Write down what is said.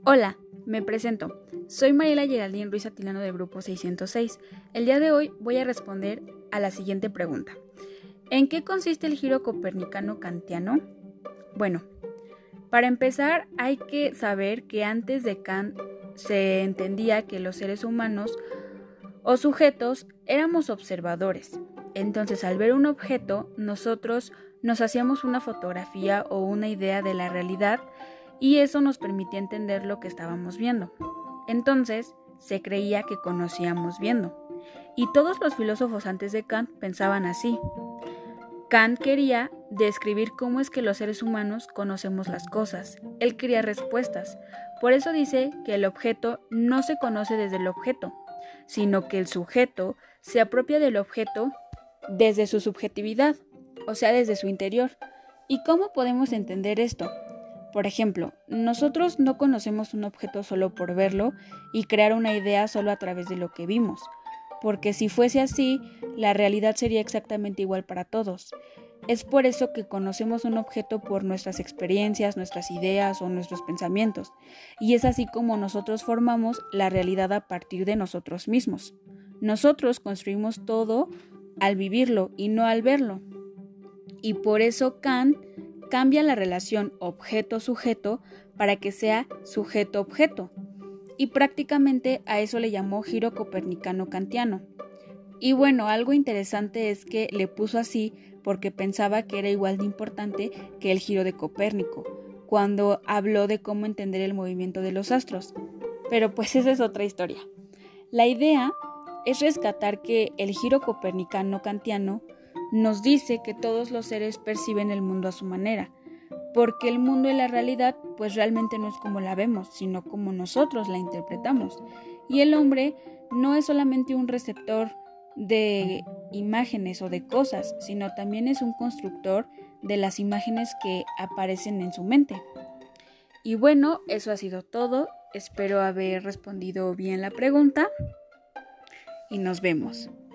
Hola, me presento. Soy Mariela Geraldine Ruiz Atilano del grupo 606. El día de hoy voy a responder a la siguiente pregunta. ¿En qué consiste el giro copernicano-kantiano? Bueno, para empezar hay que saber que antes de Kant se entendía que los seres humanos o sujetos éramos observadores. Entonces, al ver un objeto, nosotros nos hacíamos una fotografía o una idea de la realidad y eso nos permitía entender lo que estábamos viendo. Entonces, se creía que conocíamos viendo. Y todos los filósofos antes de Kant pensaban así. Kant quería describir cómo es que los seres humanos conocemos las cosas. Él quería respuestas. Por eso dice que el objeto no se conoce desde el objeto, sino que el sujeto se apropia del objeto desde su subjetividad, o sea, desde su interior. ¿Y cómo podemos entender esto? Por ejemplo, nosotros no conocemos un objeto solo por verlo y crear una idea solo a través de lo que vimos, porque si fuese así, la realidad sería exactamente igual para todos. Es por eso que conocemos un objeto por nuestras experiencias, nuestras ideas o nuestros pensamientos, y es así como nosotros formamos la realidad a partir de nosotros mismos. Nosotros construimos todo al vivirlo y no al verlo. Y por eso Kant cambia la relación objeto-sujeto para que sea sujeto-objeto. Y prácticamente a eso le llamó giro copernicano-kantiano. Y bueno, algo interesante es que le puso así porque pensaba que era igual de importante que el giro de Copérnico, cuando habló de cómo entender el movimiento de los astros. Pero pues esa es otra historia. La idea es rescatar que el giro copernicano-kantiano nos dice que todos los seres perciben el mundo a su manera, porque el mundo y la realidad pues realmente no es como la vemos, sino como nosotros la interpretamos. Y el hombre no es solamente un receptor de imágenes o de cosas, sino también es un constructor de las imágenes que aparecen en su mente. Y bueno, eso ha sido todo. Espero haber respondido bien la pregunta y nos vemos.